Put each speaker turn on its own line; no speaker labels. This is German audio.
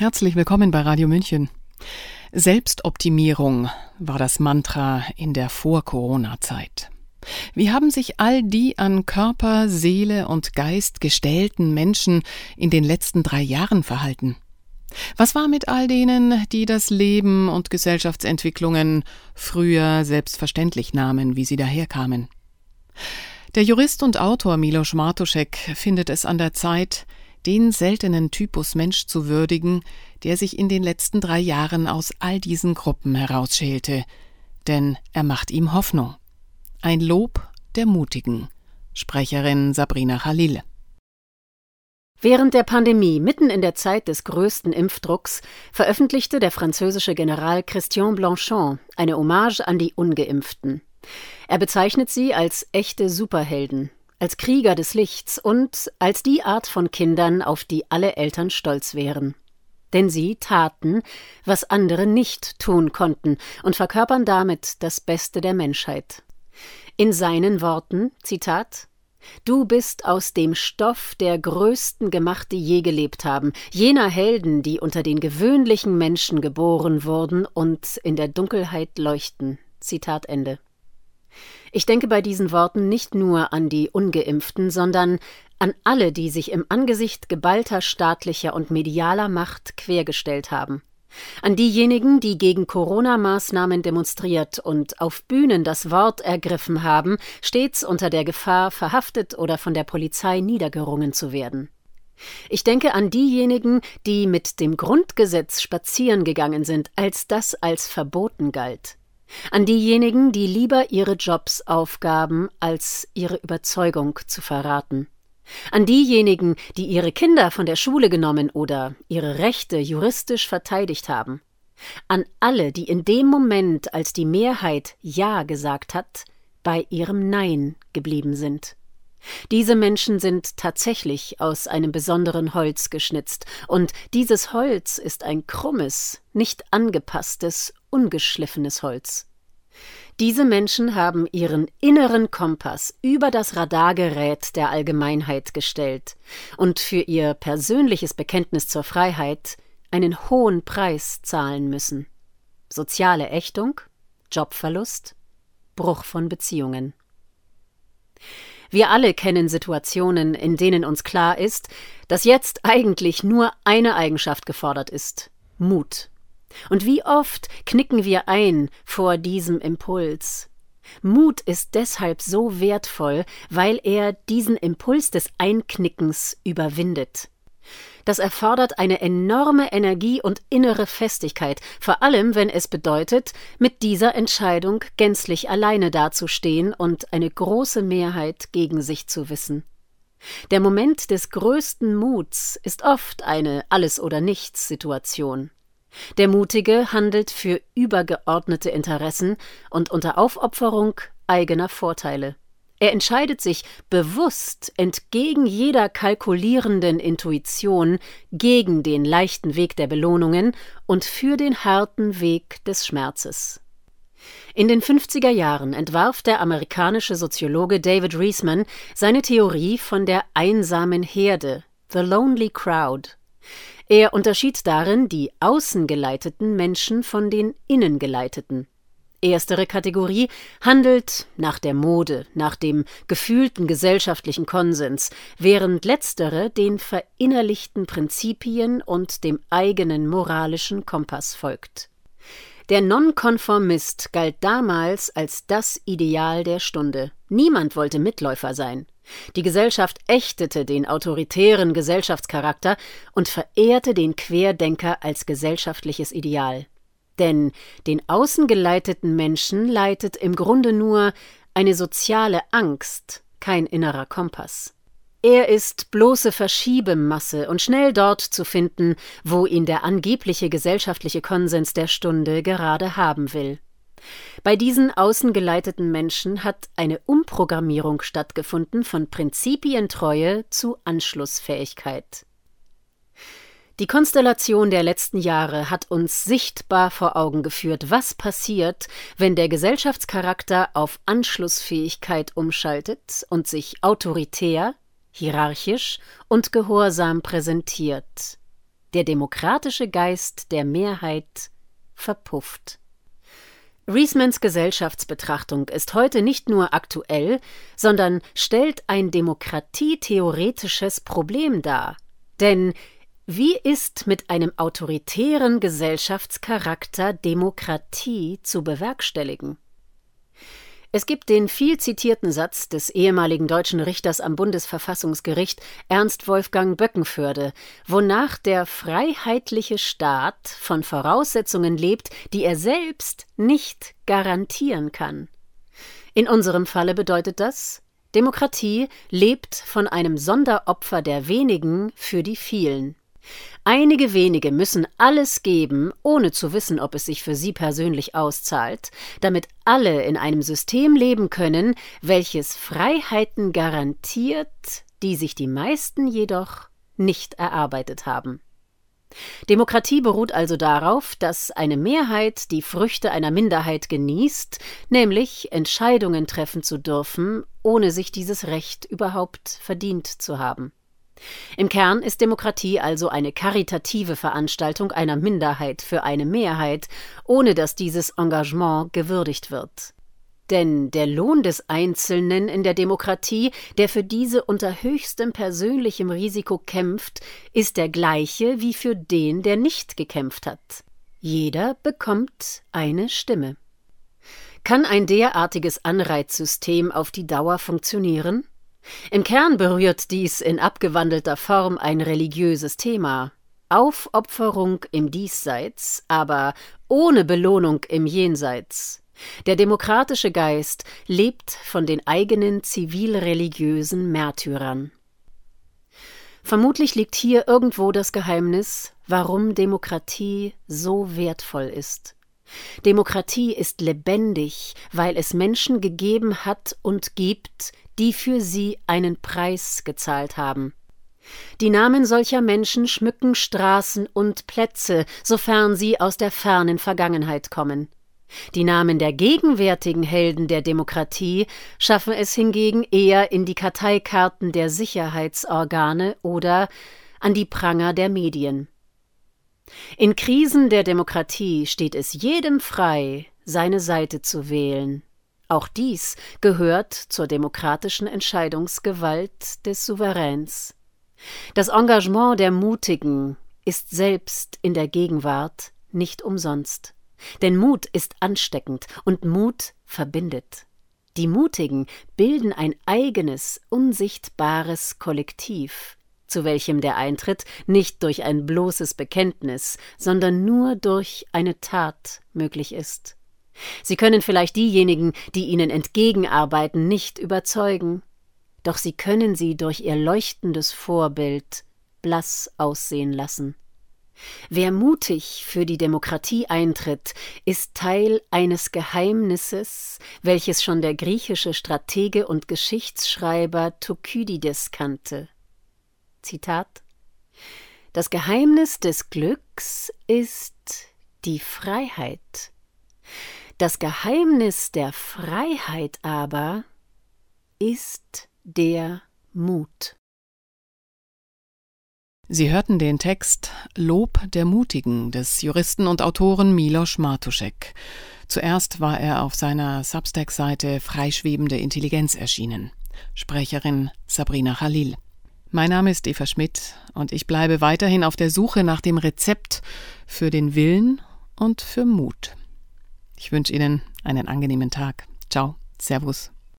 Herzlich willkommen bei Radio München. Selbstoptimierung war das Mantra in der Vor-Corona-Zeit. Wie haben sich all die an Körper, Seele und Geist gestählten Menschen in den letzten 3 Jahren verhalten? Was war mit all denen, die das Leben und Gesellschaftsentwicklungen früher selbstverständlich nahmen, wie sie daherkamen? Der Jurist und Autor Miloš Martušek findet es an der Zeit, den seltenen Typus Mensch zu würdigen, der sich in den letzten 3 Jahren aus all diesen Gruppen herausschälte. Denn er macht ihm Hoffnung. Ein Lob der Mutigen. Sprecherin Sabrina Khalil.
Während der Pandemie, mitten in der Zeit des größten Impfdrucks, veröffentlichte der französische General Christian Blanchon eine Hommage an die Ungeimpften. Er bezeichnet sie als echte Superhelden, als Krieger des Lichts und als die Art von Kindern, auf die alle Eltern stolz wären. Denn sie taten, was andere nicht tun konnten und verkörpern damit das Beste der Menschheit. In seinen Worten, Zitat: »Du bist aus dem Stoff der Größten gemacht, die je gelebt haben, jener Helden, die unter den gewöhnlichen Menschen geboren wurden und in der Dunkelheit leuchten.« Zitat Ende. Ich denke bei diesen Worten nicht nur an die Ungeimpften, sondern an alle, die sich im Angesicht geballter staatlicher und medialer Macht quergestellt haben. An diejenigen, die gegen Corona-Maßnahmen demonstriert und auf Bühnen das Wort ergriffen haben, stets unter der Gefahr, verhaftet oder von der Polizei niedergerungen zu werden. Ich denke an diejenigen, die mit dem Grundgesetz spazieren gegangen sind, als das als verboten galt. An diejenigen, die lieber ihre Jobs aufgaben, als ihre Überzeugung zu verraten. An diejenigen, die ihre Kinder von der Schule genommen oder ihre Rechte juristisch verteidigt haben. An alle, die in dem Moment, als die Mehrheit Ja gesagt hat, bei ihrem Nein geblieben sind. Diese Menschen sind tatsächlich aus einem besonderen Holz geschnitzt, und dieses Holz ist ein krummes, nicht angepasstes, ungeschliffenes Holz. Diese Menschen haben ihren inneren Kompass über das Radargerät der Allgemeinheit gestellt und für ihr persönliches Bekenntnis zur Freiheit einen hohen Preis zahlen müssen. Soziale Ächtung, Jobverlust, Bruch von Beziehungen. Wir alle kennen Situationen, in denen uns klar ist, dass jetzt eigentlich nur eine Eigenschaft gefordert ist: Mut. Und wie oft knicken wir ein vor diesem Impuls? Mut ist deshalb so wertvoll, weil er diesen Impuls des Einknickens überwindet. Das erfordert eine enorme Energie und innere Festigkeit, vor allem wenn es bedeutet, mit dieser Entscheidung gänzlich alleine dazustehen und eine große Mehrheit gegen sich zu wissen. Der Moment des größten Muts ist oft eine Alles-oder-nichts-Situation. Der Mutige handelt für übergeordnete Interessen und unter Aufopferung eigener Vorteile. Er entscheidet sich bewusst entgegen jeder kalkulierenden Intuition gegen den leichten Weg der Belohnungen und für den harten Weg des Schmerzes. In den 50er Jahren entwarf der amerikanische Soziologe David Riesman seine Theorie von der einsamen Herde, The Lonely Crowd. Er unterschied darin die außengeleiteten Menschen von den innengeleiteten. Erstere Kategorie handelt nach der Mode, nach dem gefühlten gesellschaftlichen Konsens, während letztere den verinnerlichten Prinzipien und dem eigenen moralischen Kompass folgt. Der Nonkonformist galt damals als das Ideal der Stunde. Niemand wollte Mitläufer sein. Die Gesellschaft ächtete den autoritären Gesellschaftscharakter und verehrte den Querdenker als gesellschaftliches Ideal. Denn den außengeleiteten Menschen leitet im Grunde nur eine soziale Angst, kein innerer Kompass. Er ist bloße Verschiebemasse und schnell dort zu finden, wo ihn der angebliche gesellschaftliche Konsens der Stunde gerade haben will. Bei diesen außengeleiteten Menschen hat eine Umprogrammierung stattgefunden von Prinzipientreue zu Anschlussfähigkeit. Die Konstellation der letzten Jahre hat uns sichtbar vor Augen geführt, was passiert, wenn der Gesellschaftscharakter auf Anschlussfähigkeit umschaltet und sich autoritär, hierarchisch und gehorsam präsentiert. Der demokratische Geist der Mehrheit verpufft. Riesmans Gesellschaftsbetrachtung ist heute nicht nur aktuell, sondern stellt ein demokratietheoretisches Problem dar. Denn wie ist mit einem autoritären Gesellschaftscharakter Demokratie zu bewerkstelligen? Es gibt den viel zitierten Satz des ehemaligen deutschen Richters am Bundesverfassungsgericht Ernst Wolfgang Böckenförde, wonach der freiheitliche Staat von Voraussetzungen lebt, die er selbst nicht garantieren kann. In unserem Falle bedeutet das, Demokratie lebt von einem Sonderopfer der wenigen für die vielen. Einige wenige müssen alles geben, ohne zu wissen, ob es sich für sie persönlich auszahlt, damit alle in einem System leben können, welches Freiheiten garantiert, die sich die meisten jedoch nicht erarbeitet haben. Demokratie beruht also darauf, dass eine Mehrheit die Früchte einer Minderheit genießt, nämlich Entscheidungen treffen zu dürfen, ohne sich dieses Recht überhaupt verdient zu haben. Im Kern ist Demokratie also eine karitative Veranstaltung einer Minderheit für eine Mehrheit, ohne dass dieses Engagement gewürdigt wird. Denn der Lohn des Einzelnen in der Demokratie, der für diese unter höchstem persönlichem Risiko kämpft, ist der gleiche wie für den, der nicht gekämpft hat. Jeder bekommt eine Stimme. Kann ein derartiges Anreizsystem auf die Dauer funktionieren? Im Kern berührt dies in abgewandelter Form ein religiöses Thema. Aufopferung im Diesseits, aber ohne Belohnung im Jenseits. Der demokratische Geist lebt von den eigenen zivilreligiösen Märtyrern. Vermutlich liegt hier irgendwo das Geheimnis, warum Demokratie so wertvoll ist. Demokratie ist lebendig, weil es Menschen gegeben hat und gibt, die für sie einen Preis gezahlt haben. Die Namen solcher Menschen schmücken Straßen und Plätze, sofern sie aus der fernen Vergangenheit kommen. Die Namen der gegenwärtigen Helden der Demokratie schaffen es hingegen eher in die Karteikarten der Sicherheitsorgane oder an die Pranger der Medien. In Krisen der Demokratie steht es jedem frei, seine Seite zu wählen. Auch dies gehört zur demokratischen Entscheidungsgewalt des Souveräns. Das Engagement der Mutigen ist selbst in der Gegenwart nicht umsonst. Denn Mut ist ansteckend und Mut verbindet. Die Mutigen bilden ein eigenes, unsichtbares Kollektiv, zu welchem der Eintritt nicht durch ein bloßes Bekenntnis, sondern nur durch eine Tat möglich ist. Sie können vielleicht diejenigen, die ihnen entgegenarbeiten, nicht überzeugen, doch sie können sie durch ihr leuchtendes Vorbild blass aussehen lassen. Wer mutig für die Demokratie eintritt, ist Teil eines Geheimnisses, welches schon der griechische Stratege und Geschichtsschreiber Thukydides kannte. Zitat: Das Geheimnis des Glücks ist die Freiheit. Das Geheimnis der Freiheit aber ist der Mut.
Sie hörten den Text »Lob der Mutigen« des Juristen und Autoren Miloš Martušek. Zuerst war er auf seiner Substack-Seite Freischwebende Intelligenz erschienen. Sprecherin Sabrina Khalil. Mein Name ist Eva Schmidt und ich bleibe weiterhin auf der Suche nach dem Rezept für den Willen und für Mut. Ich wünsche Ihnen einen angenehmen Tag. Ciao, Servus.